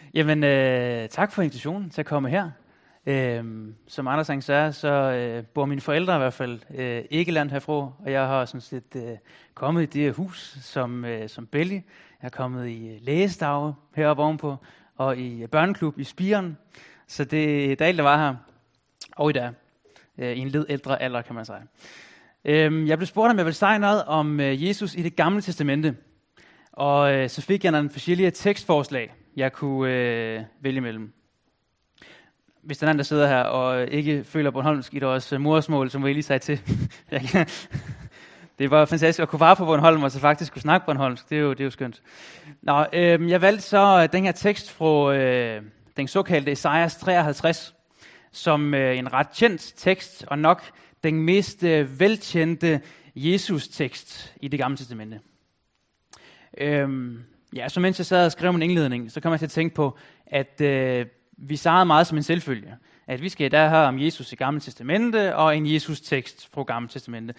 Jamen, tak for invitationen til at komme her. Som Anders han sagde, så bor mine forældre i hvert fald ikke langt herfra, og jeg har sådan set kommet i det her hus som belly. Jeg har kommet i lægesdag heroppe ovenpå, og i børneklub i Spiren. Så det er dejligt, der var her. Og i dag, i en lidt ældre alder, kan man sige. Jeg blev spurgt, om jeg ville sige noget om Jesus i det gamle testamente. Og så fik jeg nogle forskellige tekstforslag, jeg kunne vælge imellem. Hvis der er nogen, der sidder her og ikke føler Bornholmsk i deres modersmål, så må jeg lige sige til. Det var fantastisk at kunne være på Bornholm og så faktisk kunne snakke Bornholmsk. Det er jo skønt. Nå, jeg valgte så den her tekst fra den såkaldte Esajas 53, som en ret kendt tekst, og nok den mest velkendte Jesus-tekst i det gamle testamente. Så mens jeg sad og skrev min indledning, så kom jeg til at tænke på, at vi sagde meget som en selvfølge. At vi skal der høre om Jesus i Gamle Testamente, og en Jesus-tekst fra Gamle Testamente.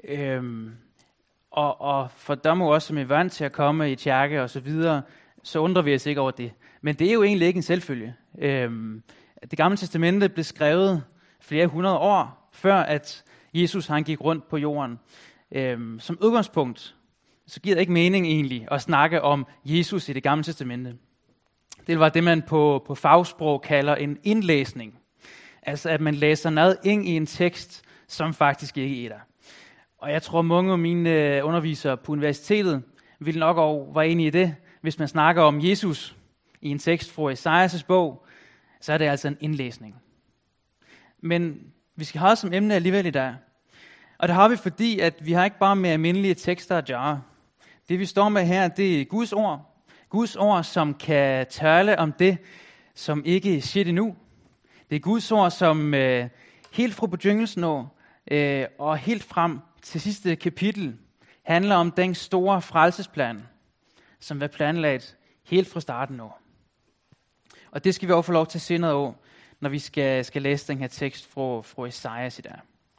Og for dem også, som er vant til at komme i kirke og så videre, så undrer vi os ikke over det. Men det er jo egentlig ikke en selvfølge. Det Gamle Testamente blev skrevet flere hundrede år, før at Jesus han gik rundt på jorden. Som udgangspunkt, så giver det ikke mening egentlig at snakke om Jesus i det Gamle Testamente. Det var det, man på fagsprog kalder en indlæsning. Altså at man læser noget ind i en tekst, som faktisk ikke er der. Og jeg tror, mange af mine undervisere på universitetet vil nok også være enige i det. Hvis man snakker om Jesus i en tekst fra Esajas' bog, så er det altså en indlæsning. Men vi skal have som emne alligevel i dag. Og det har vi, fordi at vi har ikke bare med almindelige tekster at gøre. Det vi står med her, det er Guds ord. Guds ord, som kan tale om det, som ikke sker endnu. Det er Guds ord, som helt fra begyndelsen og helt frem til sidste kapitel handler om den store frelsesplan, som var planlagt helt fra starten af. Og det skal vi også få lov til at se noget af, når vi skal læse den her tekst fra Esajas i dag.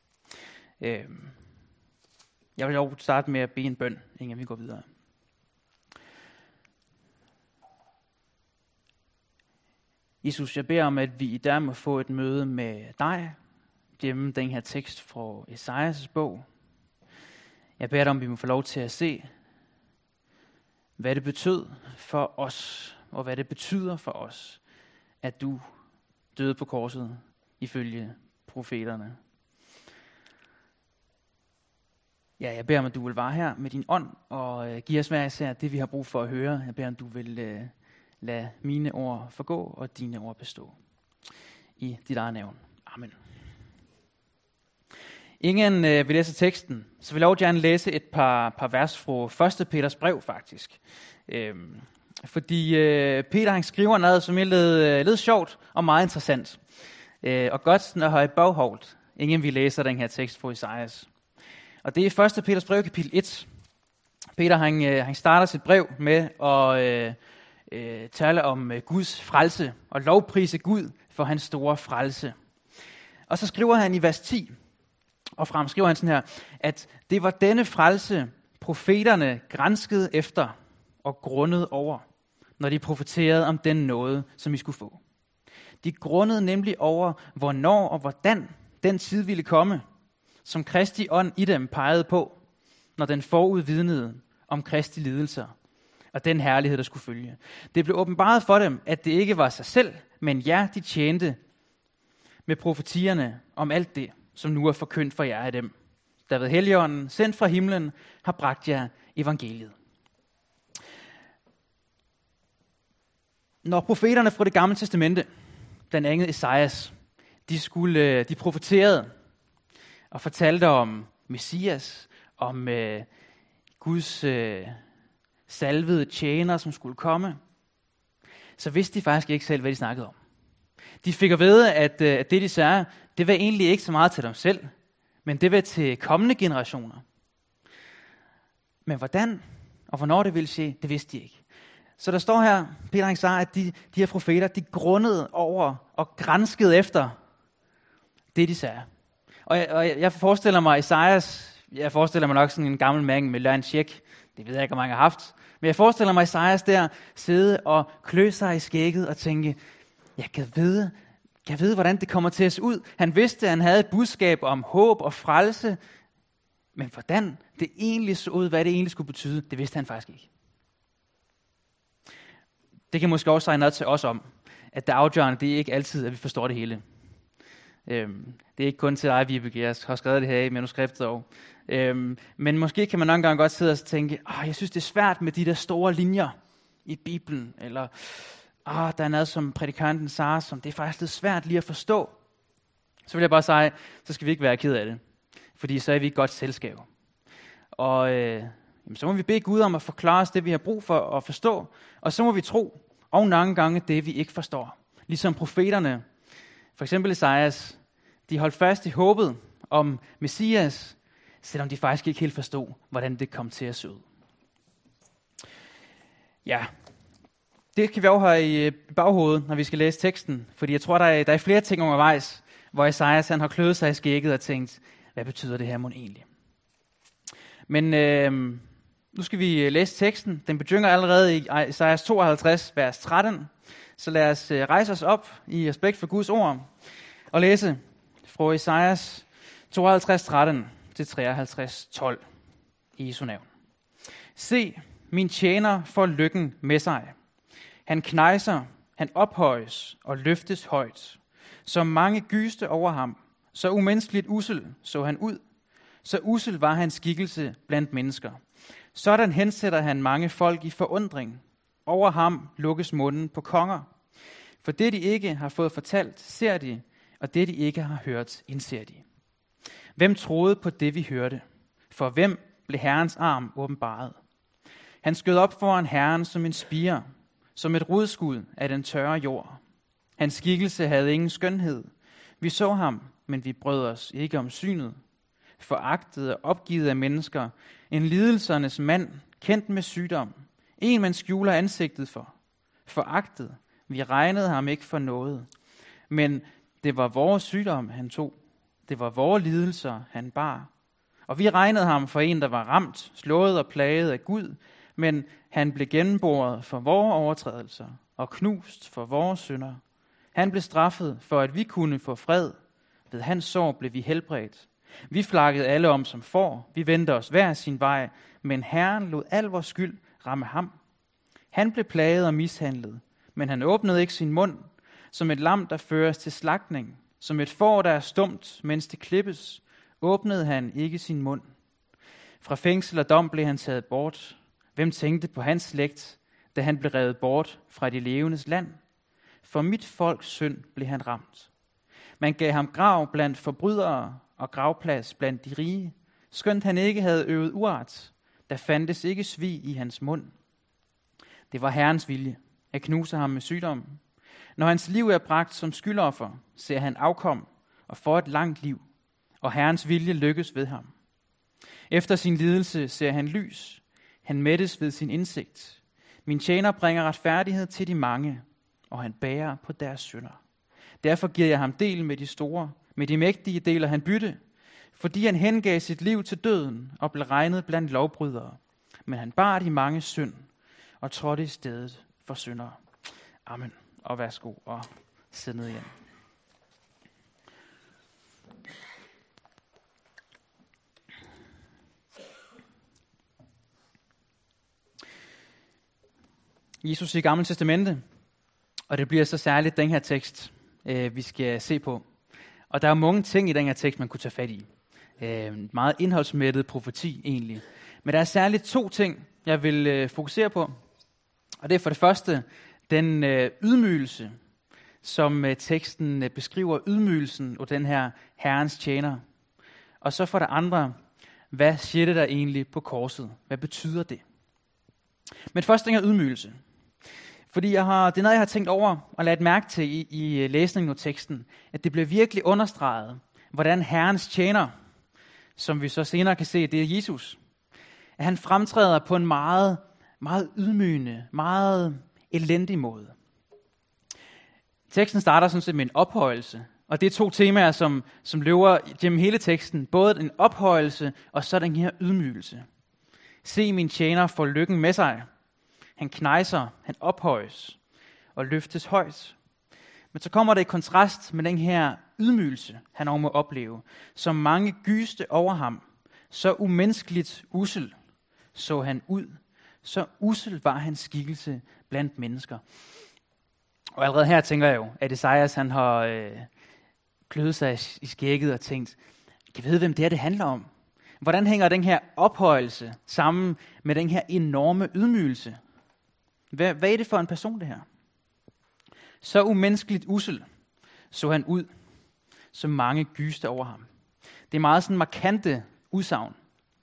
Jeg vil også starte med at bede en bøn, inden vi går videre. Jesus, jeg beder om, at vi i dag må få et møde med dig, gennem den her tekst fra Esajas' bog. Jeg beder dig om, at vi må få lov til at se, hvad det betød for os, og hvad det betyder for os, at du døde på korset ifølge profeterne. Ja, jeg beder om, at du vil være her med din ånd, og give os hver især det, vi har brug for at høre. Jeg beder om, du vil lad mine ord forgå, og dine ord bestå. I dit eget navn. Amen. Ingen vil læse teksten, så vil jeg også gerne læse et par vers fra 1. Peters brev, faktisk. Fordi Peter han skriver noget, som er lidt sjovt og meget interessant. Og godt, når jeg bagholdt, ingen vil læse den her tekst fra Esajas. Og det er 1. Peters brev, kapitel 1. Peter han starter sit brev med at tale om Guds frelse og lovprise Gud for hans store frelse. Og så skriver han i vers 10 og frem, skriver han sådan her, at det var denne frelse, profeterne granskede efter og grundede over, når de profeterede om den nåde, som I skulle få. De grundede nemlig over, hvornår og hvordan den tid ville komme, som Kristi ånd i dem pegede på, når den forudvidnede om Kristi lidelser og den herlighed, der skulle følge. Det blev åbenbaret for dem, at det ikke var sig selv, men jer, de tjente med profetierne om alt det, som nu er forkyndt for jer af dem, der ved Helligånden, sendt fra himlen, har bragt jer evangeliet. Når profeterne fra det gamle testamente, blandt andet Esajas, de profeterede og fortalte om Messias, om Guds salvede tjener, som skulle komme, så vidste de faktisk ikke selv, hvad de snakkede om. De fik at vide, at det de sagde, det var egentlig ikke så meget til dem selv, men det var til kommende generationer. Men hvordan og hvornår det ville ske, det vidste de ikke. Så der står her, Peter han sagde, at de her profeter, de grundede over og granskede efter det, de sagde. Og jeg forestiller mig Esajas, jeg forestiller mig nok sådan en gammel mand med løn tjek. Det ved jeg ikke, hvor mange har haft. Men jeg forestiller mig Esajas der sidde og klø sig i skægget og tænke, jeg kan vide, hvordan det kommer til at se ud. Han vidste, at han havde et budskab om håb og frelse, men hvordan det egentlig så ud, hvad det egentlig skulle betyde, det vidste han faktisk ikke. Det kan måske også sige noget til os om, at det afgørende, det er ikke altid, at vi forstår det hele. Det er ikke kun til dig, Vibeke, jeg har skrevet det her i manuskriptet over. Men måske kan man nogle gange godt sidde og tænke, jeg synes, det er svært med de der store linjer i Bibelen, eller der er noget, som prædikanten sagde, som det er faktisk lidt svært lige at forstå. Så vil jeg bare sige, så skal vi ikke være ked af det, fordi så er vi et godt selskab. Og så må vi bede Gud om at forklare os det, vi har brug for at forstå, og så må vi tro, og nogle gange det, vi ikke forstår. Ligesom profeterne, for eksempel Esajas, de holdt fast i håbet om Messias, selvom de faktisk ikke helt forstod, hvordan det kom til at se ud. Ja, det kan vi også have i baghovedet, når vi skal læse teksten, fordi jeg tror, der er flere ting undervejs, hvor Esajas han har kløet sig i skægget og tænkt, hvad betyder det her mon egentlig? Men nu skal vi læse teksten. Den begynder allerede i Esajas 52, vers 13. Så lad os rejse os op i respekt for Guds ord og læse fra Esajas 52, 13 til 53, 12 i Jesu navn. Se, min tjener får lykken med sig. Han knejser, han ophøjes og løftes højt. Så mange gyste over ham, så umenneskeligt ussel så han ud. Så ussel var hans skikkelse blandt mennesker. Sådan hensætter han mange folk i forundring. Over ham lukkes munden på konger. For det de ikke har fået fortalt, ser de, og det de ikke har hørt, indser de. Hvem troede på det, vi hørte? For hvem blev Herrens arm åbenbaret? Han skød op foran Herren som en spire, som et rodskud af den tørre jord. Hans skikkelse havde ingen skønhed. Vi så ham, men vi brød os ikke om synet. Foragtet og opgivet af mennesker, en lidelsernes mand, kendt med sygdom. En man skjuler ansigtet for. Foragtet, vi regnede ham ikke for noget. Men det var vores sygdom, han tog. Det var vores lidelser, han bar. Og vi regnede ham for en, der var ramt, slået og plaget af Gud. Men han blev gennemboret for vores overtrædelser og knust for vores synder. Han blev straffet for, at vi kunne få fred. Ved hans sår blev vi helbredt. Vi flakkede alle om som får. Vi vendte os hver sin vej. Men Herren lod al vores skyld ramme ham. Han blev plaget og mishandlet. Men han åbnede ikke sin mund. Som et lam, der føres til slagtning. Som et får, der er stumt, mens det klippes. Åbnede han ikke sin mund. Fra fængsel og dom blev han taget bort. Hvem tænkte på hans slægt, da han blev revet bort fra de levendes land? For mit folks synd blev han ramt. Man gav ham grav blandt forbrydere og gravplads blandt de rige, skønt han ikke havde øvet uret. Der fandtes ikke svig i hans mund. Det var Herrens vilje at knuse ham med sygdom. Når hans liv er bragt som skyldoffer, ser han afkom og får et langt liv, og Herrens vilje lykkes ved ham. Efter sin lidelse ser han lys. Han mættes ved sin indsigt. Min tjener bringer retfærdighed til de mange, og han bærer på deres synder. Derfor giver jeg ham del med de store, med de mægtige deler han bytte, fordi han hengav sit liv til døden og blev regnet blandt lovbrydere. Men han bar de mange synd og trådte i stedet for syndere. Amen. Og værsgo og sæt ned igen. Jesus i Gamle Testamente, og det bliver så særligt den her tekst, vi skal se på. Og der er mange ting i den her tekst, man kunne tage fat i. Meget indholdsmættet profeti egentlig. Men der er særligt 2 ting, jeg vil fokusere på. Og det er for det første den ydmygelse, som teksten beskriver ydmygelsen af den her Herrens tjener. Og så for det andre, hvad siger det der egentlig på korset? Hvad betyder det? Men først den her ydmygelse. Fordi det er noget, jeg har tænkt over og lagt mærke til i læsningen af teksten, at det bliver virkelig understreget, hvordan Herrens tjener, som vi så senere kan se, det er Jesus, at han fremtræder på en meget, meget ydmygende, meget elendig måde. Teksten starter sådan set med en ophøjelse, og det er 2 temaer, som løber gennem hele teksten, både en ophøjelse og så den her ydmygelse. Se, min tjener får lykken med sig. Han knejser, han ophøjes og løftes højt. Men så kommer det i kontrast med den her ydmygelse, han også må opleve. Så mange gyste over ham, så umenneskeligt ussel så han ud. Så ussel var hans skikkelse blandt mennesker. Og allerede her tænker jeg jo, at Esajas han har kløet sig i skægget og tænkt, kan vi vide, hvem det handler om? Hvordan hænger den her ophøjelse sammen med den her enorme ydmygelse? Hvad er det for en person, det her? Så umenneskeligt ussel så han ud, så mange gyste over ham. Det er meget sådan markante udsagn.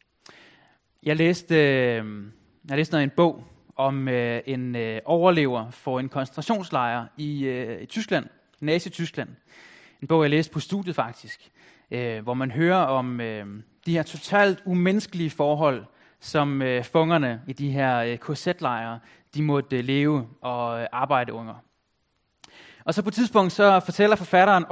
Jeg læste noget i en bog om en overlever for en koncentrationslejr i Tyskland, Nazi-Tyskland. En bog, jeg læste på studiet faktisk, hvor man hører om de her totalt umenneskelige forhold, som fangerne i de her KZ-lejre, de måtte leve og arbejde under. Og så på et tidspunkt så fortæller forfatteren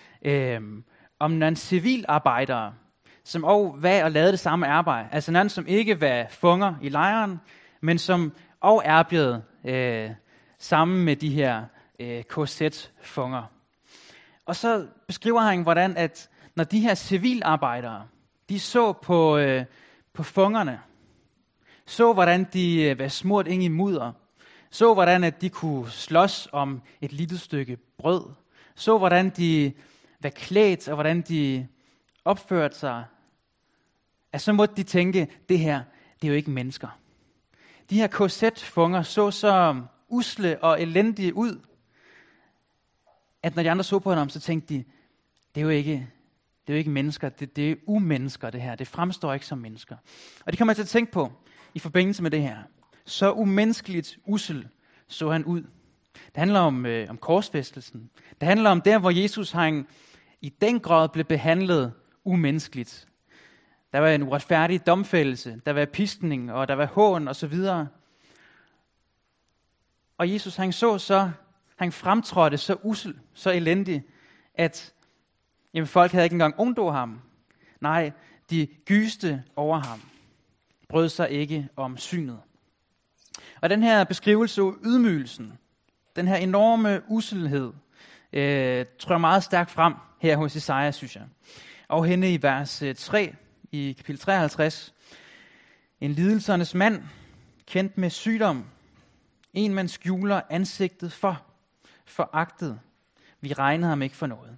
om nogle civilarbejdere, som også var og lavede det samme arbejde. Altså nogle, som ikke var fanger i lejren, men som også arbejdede sammen med de her KZ-fanger. Og så beskriver han, hvordan at når de her civilarbejdere, de så på fangerne, så hvordan de var smurt ind i mudder, så hvordan at de kunne slås om et lille stykke brød, så hvordan de var klædt, og hvordan de opførte sig, at så måtte de tænke, det her, det er jo ikke mennesker. De her KZ-fanger så usle og elendige ud, at når de andre så på ham, så tænkte de, det er jo ikke mennesker, det er umennesker det her, det fremstår ikke som mennesker. Og det kommer jeg til at tænke på i forbindelse med det her. Så umenneskeligt usel så han ud. Det handler om korsfæstelsen. Det handler om der, hvor Jesus han i den grad blev behandlet umenneskeligt. Der var en uretfærdig domfældelse, der var piskning, og der var hån og så videre. Og Jesus han fremtrådte så usel, så elendig, at folk havde ikke engang undgået ham. Nej, de gyste over ham, brød sig ikke om synet. Og den her beskrivelse af ydmygelsen, den her enorme uselhed, tror jeg meget stærkt frem her hos Esajas, synes jeg. Og henne i vers 3 i kapitel 53. En lidelsernes mand, kendt med sygdom, en man skjuler ansigtet for, foragtet. Vi regnede ham ikke for noget.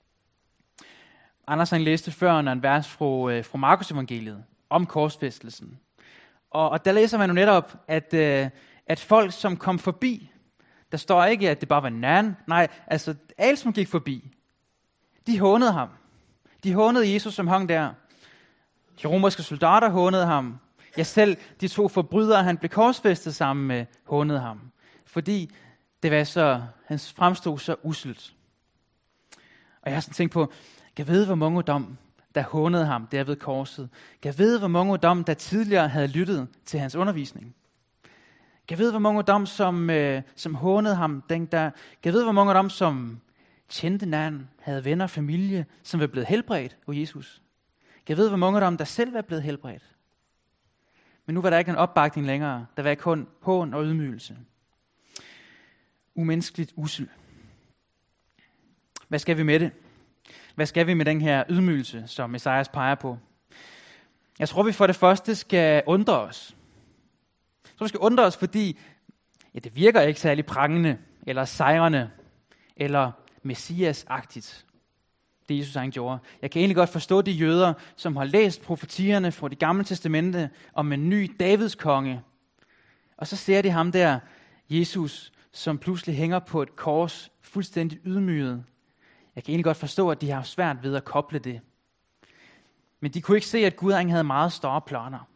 Anders han læste før en vers fra Markus evangeliet om korsfæstelsen. Og der læser man jo netop, at folk, som kom forbi, der står ikke, at det bare var næren. Nej, altså alle, som gik forbi, de hånede ham. De hånede Jesus, som hang der. De romerske soldater hånede ham. Ja, selv de to forbrydere, han blev korsfæstet sammen med, hånede ham. Fordi det var han fremstod så usselt. Og jeg har sådan tænkt på, kan jeg vide, hvor mange af dem, der hånede ham der ved korset? Kan jeg vide, hvor mange af dem, der tidligere havde lyttet til hans undervisning? Kan jeg vide, hvor mange af dem, som hånede ham? Kan jeg vide, hvor mange af dem, som kendte navn, havde venner og familie, som var blevet helbredt af Jesus? Kan jeg vide, hvor mange af dem, der selv var blevet helbredt? Men nu var der ikke en opbakning længere. Der var kun hån og ydmygelse. Umenneskeligt usel. Hvad skal vi med det? Hvad skal vi med den her ydmygelse, som Esajas peger på? Jeg tror, vi for det første skal undre os. Jeg tror, vi skal undre os, fordi det virker ikke særlig prangende, eller sejrende, eller messias-agtigt, det Jesus han gjorde. Jeg kan egentlig godt forstå de jøder, som har læst profetierne fra det gamle testamente om en ny Davids konge. Og så ser de ham der, Jesus, som pludselig hænger på et kors, fuldstændig ydmyget. Jeg kan egentlig godt forstå, at de har svært ved at koble det. Men de kunne ikke se, at Gud havde meget større planer.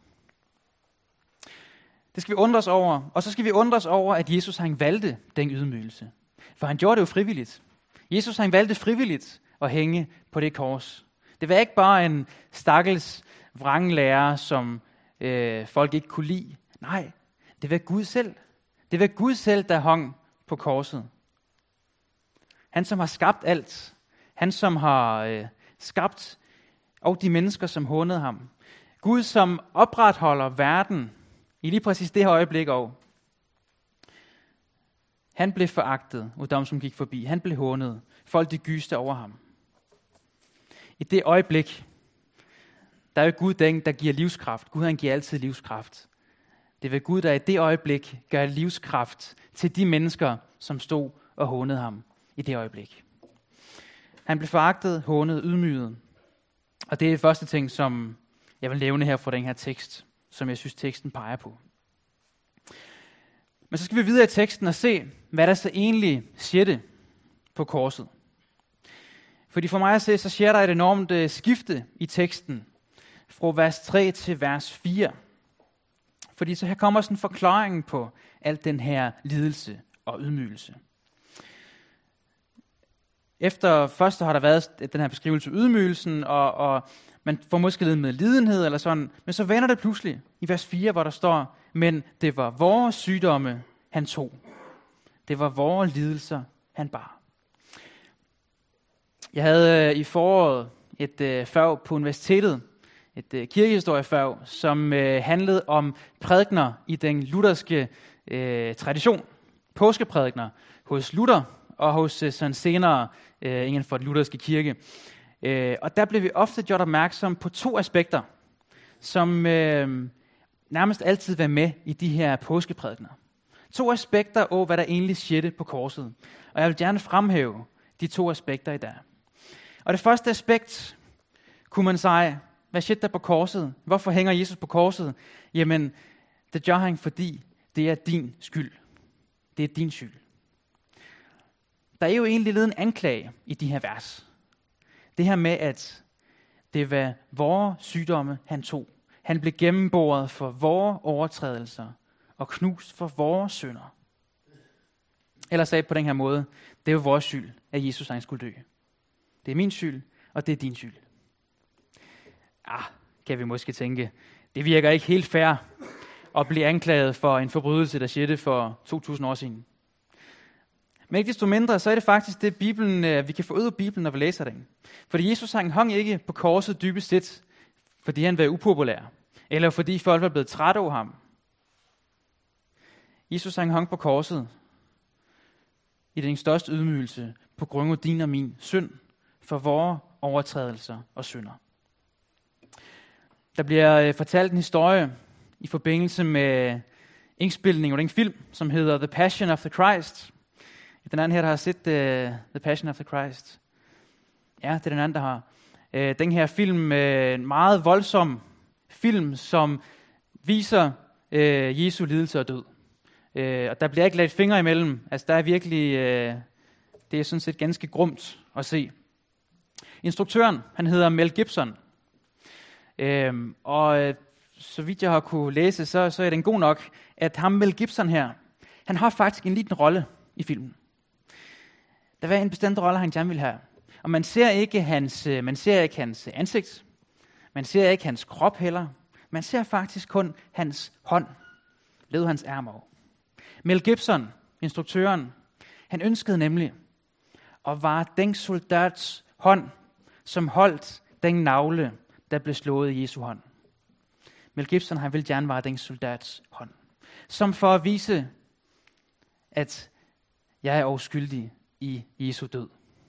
Det skal vi undre os over. Og så skal vi undre os over, at Jesus han valgte den ydmygelse. For han gjorde det jo frivilligt. Jesus han valgte frivilligt at hænge på det kors. Det var ikke bare en stakkels vranglærer, som folk ikke kunne lide. Nej, det var Gud selv. Det var Gud selv, der hang på korset. Han, som har skabt alt. Han, som har skabt og de mennesker, som hånede ham. Gud, som opretholder verden i lige præcis det her øjeblik også. Han blev foragtet af dem, som gik forbi. Han blev hånet. Folk de gyste over ham. I det øjeblik, der er jo Gud, der giver livskraft. Gud han giver altid livskraft. Det var Gud, der i det øjeblik gør livskraft til de mennesker, som stod og hånede ham i det øjeblik. Han blev foragtet, hånet, ydmyget. Og det er første ting, som jeg vil nævne her fra den her tekst, som jeg synes, teksten peger på. Men så skal vi videre i teksten og se, hvad der så egentlig skete på korset. Fordi for mig at se, så sker der et enormt skifte i teksten fra vers 3 til vers 4. Fordi så her kommer sådan en forklaring på alt den her lidelse og ydmygelse. Efter først har der været den her beskrivelse af ydmygelsen, og man får måske lidt med lidenhed eller sådan, men så vender det pludselig i vers 4, hvor der står, men det var vores sygdomme, han tog. Det var vores lidelser, han bar. Jeg havde i foråret et fag på universitetet, et kirkehistoriefag, som handlede om prædikener i den lutherske tradition. Påskeprædikener hos Luther og hos sådan senere inden for den lutherske kirke. Og der blev vi ofte gjort opmærksom på to aspekter, som nærmest altid var med i de her påskeprædikener. To aspekter af, hvad der egentlig skete på korset. Og jeg vil gerne fremhæve de to aspekter i dag. Og det første aspekt, kunne man sige, hvad skete der på korset? Hvorfor hænger Jesus på korset? Jamen, det gør han, fordi det er din skyld. Det er din skyld. Der er jo egentlig lidt en anklage i de her vers. Det her med, at det var vores sygdomme, han tog. Han blev gennemboret for vores overtrædelser og knust for vores synder. Eller sagt på den her måde, det er jo vores skyld, at Jesus han skulle dø. Det er min skyld, og det er din skyld. Kan vi måske tænke, det virker ikke helt fair at blive anklaget for en forbrydelse, der skete for 2000 år siden. Men ikke desto mindre, så er det faktisk det, Bibelen, vi kan få ud af Bibelen, når vi læser den. Fordi Jesus han hang ikke på korset dybest set, fordi han var upopulær, eller fordi folk var blevet trætte af ham. Jesus han hang på korset i den største ydmygelse på grund af din og min synd, for vores overtrædelser og synder. Der bliver fortalt en historie i forbindelse med indspilningen af den film, som hedder The Passion of the Christ. Den anden her, der har set The Passion of the Christ. Ja, det er den anden, der har. Den her film, en meget voldsom film, som viser Jesu lidelse og død. Og der bliver ikke lagt fingre imellem. Altså, der er virkelig, det er sådan set ganske grumt at se. Instruktøren, han hedder Mel Gibson. Og så vidt jeg har kunne læse, så er det god nok, at ham Mel Gibson her, han har faktisk en liten rolle i filmen. Der var en bestemt rolle, han gerne ville have. Og man ser ikke hans ansigt. Man ser ikke hans krop heller. Man ser faktisk kun hans hånd. Led hans ærmer. Mel Gibson, instruktøren, han ønskede nemlig at være den soldats hånd, som holdt den navle, der blev slået i Jesu hånd. Mel Gibson, han ville gerne være den soldats hånd. Som for at vise, at jeg er uskyldig i Jesu død.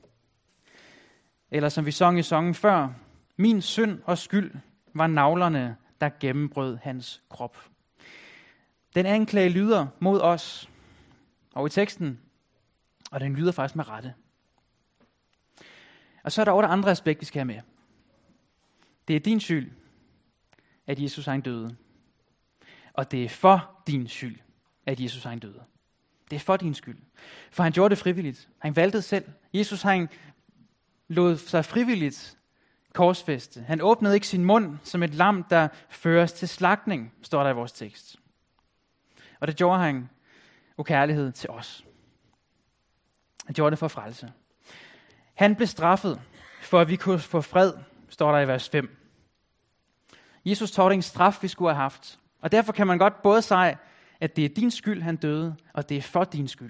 Eller som vi sang i sangen før, min synd og skyld var navlerne, der gennembrød hans krop. Den anklage lyder mod os, og i teksten, og den lyder faktisk med rette. Og så er der også et andet aspekt, vi skal have med. Det er din skyld, at Jesus han døde. Og det er for din skyld, at Jesus han døde. Det er for din skyld. For han gjorde det frivilligt. Han valgte det selv. Jesus han lod sig frivilligt korsfæste. Han åbnede ikke sin mund som et lam, der føres til slagtning, står der i vores tekst. Og det gjorde han af kærlighed til os. Han gjorde det for frelse. Han blev straffet, for at vi kunne få fred, står der i vers 5. Jesus tog den straf, vi skulle have haft. Og derfor kan man godt både sige, at det er din skyld, han døde, og det er for din skyld.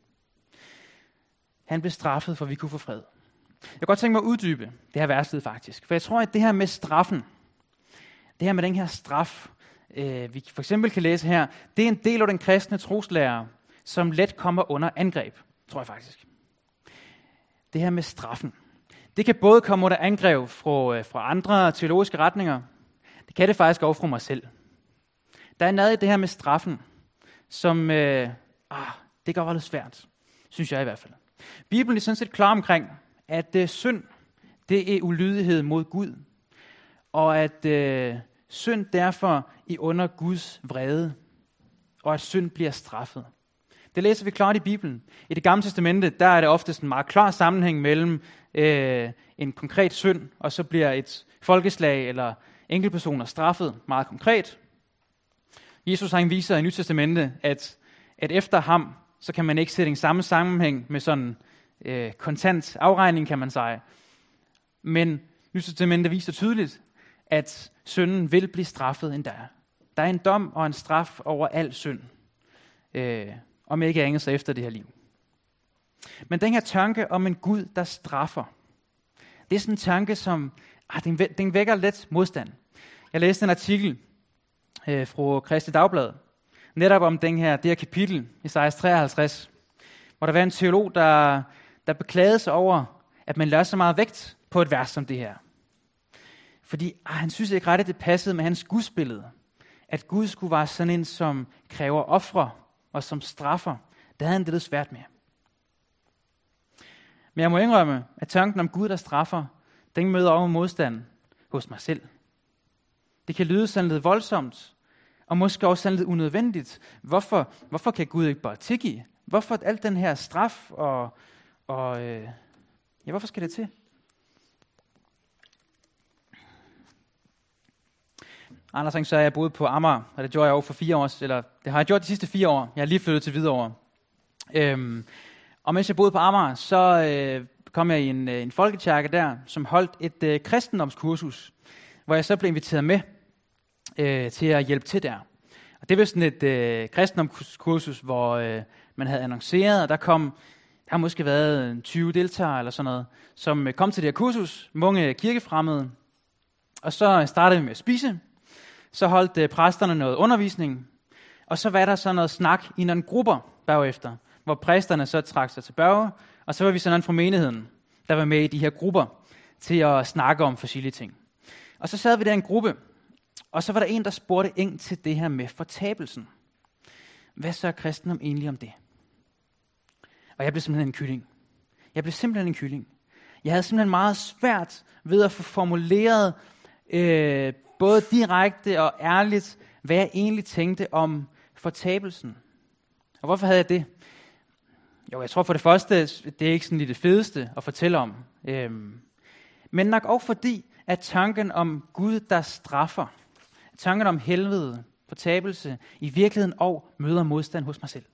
Han blev straffet, for at vi kunne få fred. Jeg kan godt tænke mig at uddybe det her verset faktisk. For jeg tror, at det her med straffen, det her med den her straf, vi for eksempel kan læse her, det er en del af den kristne troslære, som let kommer under angreb, tror jeg faktisk. Det her med straffen. Det kan både komme under angreb fra andre teologiske retninger. Det kan det faktisk også fra mig selv. Der er noget i det her med straffen, som det kan være lidt svært, synes jeg i hvert fald. Bibelen er sådan set klar omkring, at synd, det er ulydighed mod Gud, og at synd derfor er under Guds vrede, og at synd bliver straffet. Det læser vi klart i Bibelen. I Det Gamle Testamente, der er det oftest en meget klar sammenhæng mellem en konkret synd, og så bliver et folkeslag eller enkeltpersoner straffet meget konkret. Jesus han viser i Nyt Testamente, at efter ham, så kan man ikke sætte en samme sammenhæng med sådan kontant afregning, kan man sige. Men Nyt Testamente viser tydeligt, at synden vil blive straffet endda. Der er en dom og en straf over al synd, om ikke andet så efter det her liv. Men den her tanke om en Gud, der straffer, det er sådan en tanke, som den vækker lidt modstand. Jeg læste en artikel fra Kristi Dagblad, netop om det her kapitel, Esajas 53, hvor der var en teolog, der beklagede sig over, at man lagde så meget vægt på et vers som det her. Fordi han synes ikke ret, at det passede med hans gudsbillede. At Gud skulle være sådan en, som kræver ofre og som straffer. Det havde han det lidt svært med. Men jeg må indrømme, at tanken om Gud, der straffer, den møder over modstand hos mig selv. Det kan lyde sådan lidt voldsomt, og måske også sådan lidt unødvendigt. Hvorfor kan Gud ikke bare tilgive? Hvorfor alt den her straf, hvorfor skal det til? Anders så er jeg boet på Amager, og det gjorde jeg over for 4 år, eller det har jeg gjort de sidste 4 år. Jeg har lige flyttet til Hvidovre. Og mens jeg boede på Amager, så kom jeg i en folkekirke der, som holdt et kristendomskursus, hvor jeg så blev inviteret med til at hjælpe til der. Og det var sådan et kristendomskursus, hvor man havde annonceret, og der har måske været 20 deltagere eller sådan noget, som kom til det her kursus, mange kirkefremmede. Og så startede vi med at spise. Så holdt præsterne noget undervisning, og så var der sådan noget snak i nogle grupper bagefter, hvor præsterne så trak sig tilbage, og så var vi sådan fra menigheden, der var med i de her grupper, til at snakke om forskellige ting. Og så sad vi der i en gruppe, og så var der en, der spurgte ind til det her med fortabelsen. Hvad så er kristendom egentlig om det? Og jeg blev simpelthen en kylling. Jeg havde simpelthen meget svært ved at få formuleret både direkte og ærligt, hvad jeg egentlig tænkte om fortabelsen. Og hvorfor havde jeg det? Jo, jeg tror for det første, det er ikke sådan lige det fedeste at fortælle om. Men nok også fordi, at tanken om Gud, der straffer, tanken om helvede, fortabelse, i virkeligheden og møder modstand hos mig selv.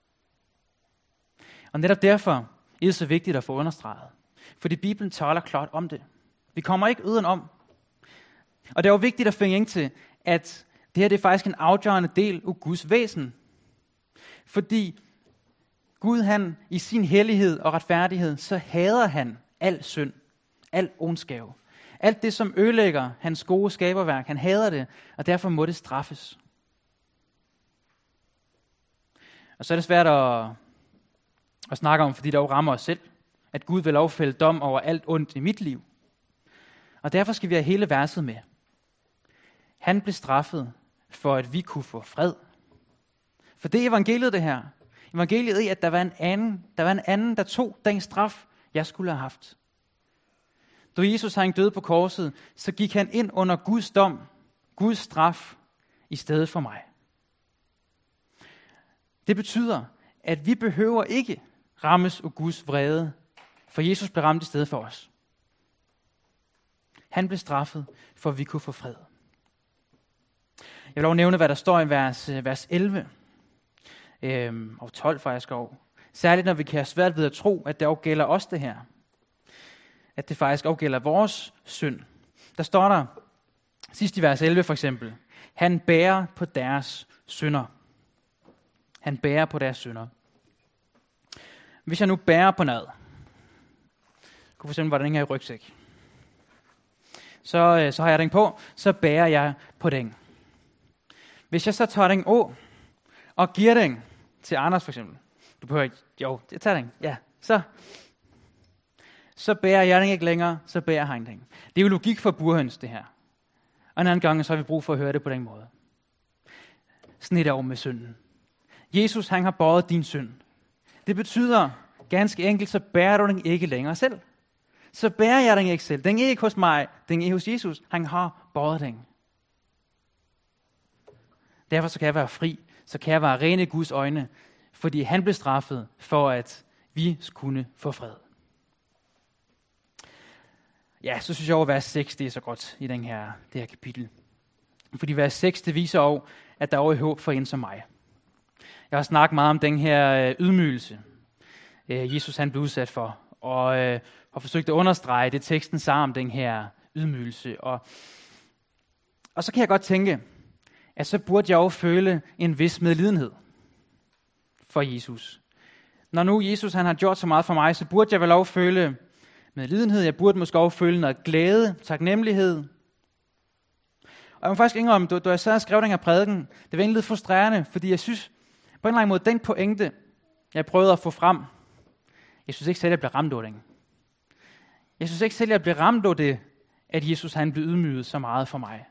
Og netop derfor er det så vigtigt at få understreget. Fordi Bibelen taler klart om det. Vi kommer ikke udenom. Og det er jo vigtigt at finde ind til, at det her det er faktisk en afgørende del af Guds væsen. Fordi Gud, han i sin hellighed og retfærdighed, så hader han al synd, al ondskab. Alt det, som ødelægger hans gode skaberværk, han hader det, og derfor må det straffes. Og så er det svært at snakke om, fordi det jo rammer os selv, at Gud vil affælde dom over alt ondt i mit liv. Og derfor skal vi have hele verset med. Han blev straffet, for at vi kunne få fred. For det er evangeliet det her. Evangeliet er, at der var en anden, der tog den straf, jeg skulle have haft. Da Jesus hang døde på korset, så gik han ind under Guds dom, Guds straf, i stedet for mig. Det betyder, at vi behøver ikke rammes af Guds vrede, for Jesus blev ramt i stedet for os. Han blev straffet, for at vi kunne få fred. Jeg vil også nævne, hvad der står i vers 11 og 12 faktisk også. Særligt når vi kan have svært ved at tro, at det også gælder os det her. At det faktisk også gælder vores synd. Der står der, sidst i vers 11 for eksempel, han bærer på deres synder. Han bærer på deres synder. Hvis jeg nu bærer på noget, kunne for eksempel være den her i rygsæk, så har jeg den på, så bærer jeg på den. Hvis jeg så tager den og giver den til Anders for eksempel, Du behøver ikke. Jo, det tager den. Ja, så bærer jeg den ikke længere, så bærer han den. Det er jo logik for burhøns, det her. Og en anden gang, så har vi brug for at høre det på den måde. Sådan er det over med synden. Jesus, han har båret din synd. Det betyder ganske enkelt, så bærer du den ikke længere selv. Så bærer jeg den ikke selv. Den er ikke hos mig, den er hos Jesus. Han har båret den. Derfor så kan jeg være fri, så kan jeg være ren i Guds øjne, fordi han blev straffet for, at vi kunne få fred. Ja, så synes jeg over vers 6, det er så godt i det her kapitel. Fordi vers 6, det viser over, at der er over håb for en som mig. Jeg har snakket meget om den her ydmygelse, Jesus han blev udsat for, og har forsøgt at understrege det teksten sagde om den her ydmygelse. Og så kan jeg godt tænke, at så burde jeg jo føle en vis medlidenhed for Jesus. Når nu Jesus han har gjort så meget for mig, så burde jeg vel også føle medlidenhed. Jeg burde måske også føle noget glæde, taknemmelighed. Og jeg må faktisk indrømme, da jeg sad og skrev den her prædiken, det var egentlig lidt frustrerende, fordi jeg synes, på en eller anden måde, den pointe, jeg prøvede at få frem, jeg synes ikke selv, jeg blev ramt af den. Jeg synes ikke selv, jeg blev ramt af det, at Jesus han blev ydmyget så meget for mig.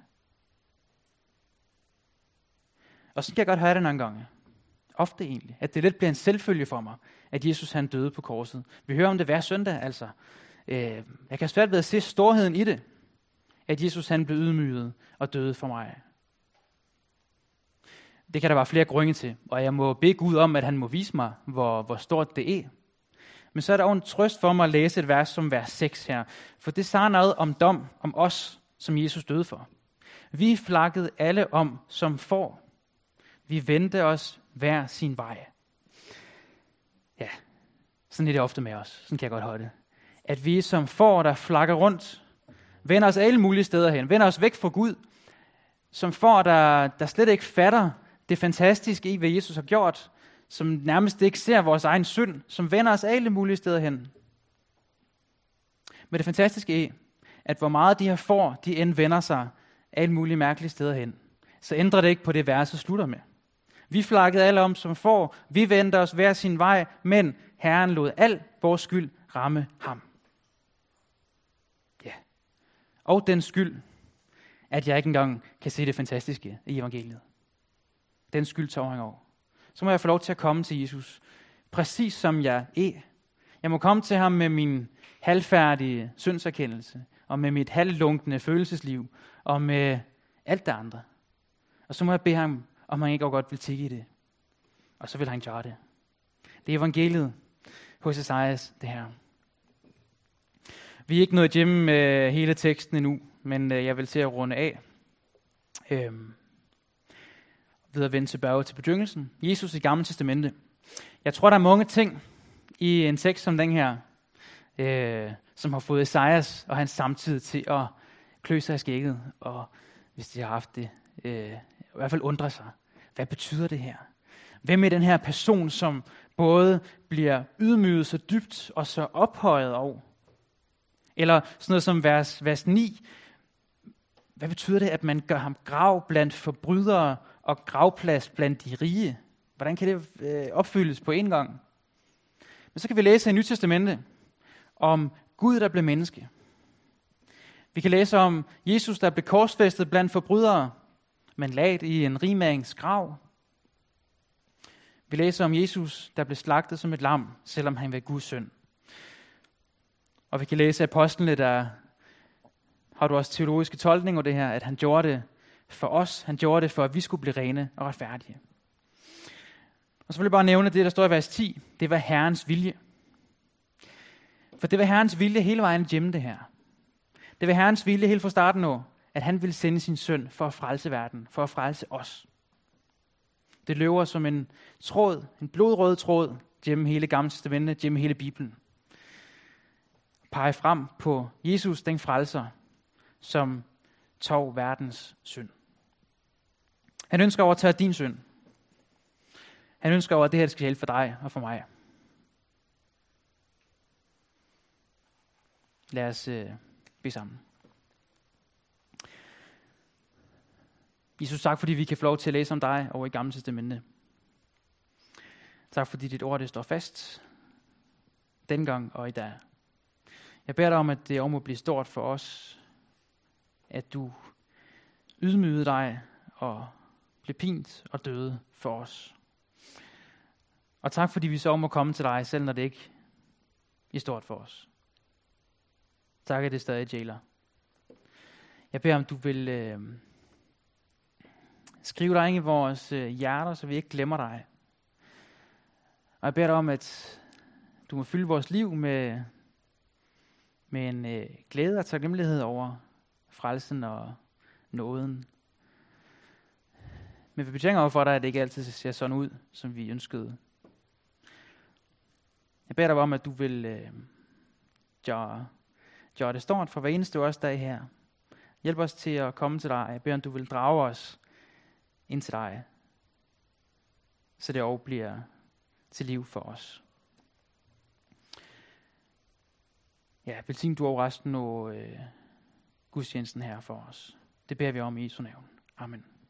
Og så kan jeg godt høre det nogle gange. Ofte egentlig. At det lidt bliver en selvfølge for mig, at Jesus han døde på korset. Vi hører om det hver søndag, altså. Jeg kan svært ved at se storheden i det. At Jesus han blev ydmyget og døde for mig. Det kan der være flere grunde til. Og jeg må bede Gud om, at han må vise mig, hvor stort det er. Men så er der jo en trøst for mig at læse et vers som vers 6 her. For det siger noget om dom, om os, som Jesus døde for. Vi flakkede alle om som får. Vi vendte os hver sin vej. Ja, sådan er det ofte med os. Sådan kan jeg godt holde det. At vi som får, der flakker rundt, vender os alle mulige steder hen, vender os væk fra Gud, som får, der slet ikke fatter det fantastiske i, hvad Jesus har gjort, som nærmest ikke ser vores egen synd, som vender os alle mulige steder hen. Men det fantastiske er, at hvor meget de her får, de end vender sig alle mulige mærkelige steder hen, så ændrer det ikke på det verset slutter med. Vi flakkede alle om som får, vi vendte os hver sin vej, men Herren lod al vores skyld ramme ham. Ja. Og den skyld, at jeg ikke engang kan se det fantastiske i evangeliet. Den skyld tager han over. Så må jeg få lov til at komme til Jesus, præcis som jeg er. Jeg må komme til ham med min halvfærdige syndserkendelse, og med mit halvlunkne følelsesliv, og med alt det andre. Og så må jeg bede ham, om han ikke også godt vil tikke i det. Og så vil han gøre det. Det er evangeliet hos Esajas, det her. Vi er ikke nået igennem hele teksten endnu, men jeg vil til at runde af. Ved at vende tilbage til begyndelsen. Jesus i Gamle Testamente. Jeg tror, der er mange ting i en tekst som den her, som har fået Esajas og hans samtid til at klø sig i skægget, og hvis de har haft det, i hvert fald undre sig. Hvad betyder det her? Hvem er den her person, som både bliver ydmyget så dybt og så ophøjet over? Eller sådan noget som vers 9. Hvad betyder det, at man gør ham grav blandt forbrydere og gravplads blandt de rige? Hvordan kan det opfyldes på en gang? Men så kan vi læse i Nyt Testamente om Gud, der blev menneske. Vi kan læse om Jesus, der blev korsfæstet blandt forbrydere, men lagt i en rigmands grav. Vi læser om Jesus, der blev slagtet som et lam, selvom han var Guds søn. Og vi kan læse apostlene, der har du også teologiske tolkninger af det her, at han gjorde det for os. Han gjorde det for, at vi skulle blive rene og retfærdige. Og så vil jeg bare nævne det, der står i vers 10. Det var Herrens vilje. For det var Herrens vilje hele vejen igennem det her. Det var Herrens vilje helt fra starten af, at han ville sende sin søn for at frelse verden, for at frelse os. Det løber som en tråd, en blodrød tråd, gennem hele Gamle Testamente, gennem hele Bibelen. Peger frem på Jesus, den frelser, som tog verdens synd. Han ønsker over at tage din synd. Han ønsker over, at det her skal hjælpe for dig og for mig. Lad os bede sammen. Jesus, tak fordi vi kan få lov til at læse om dig over i Gamle Testamente. Tak fordi dit ord det står fast, dengang og i dag. Jeg beder dig om, at det må blive stort for os, at du ydmygede dig og blev pint og døde for os. Og tak fordi vi så må komme til dig, selv når det ikke er stort for os. Tak, at det stadig jailer. Jeg beder om, du vil skrive dig ind i vores hjerter, så vi ikke glemmer dig. Og jeg beder dig om, at du må fylde vores liv med en glæde og taknemmelighed over frelsen og nåden. Men vi betjener over for dig, at det ikke altid ser sådan ud, som vi ønskede. Jeg beder dig om, at du vil gøre det stort for hver eneste årsdag her. Hjælp os til at komme til dig. Jeg beder om, du vil drage os ind til dig, så det også bliver til liv for os. Ja, velsign du over resten af gudstjenesten her for os. Det beder vi om i Jesu navn. Amen.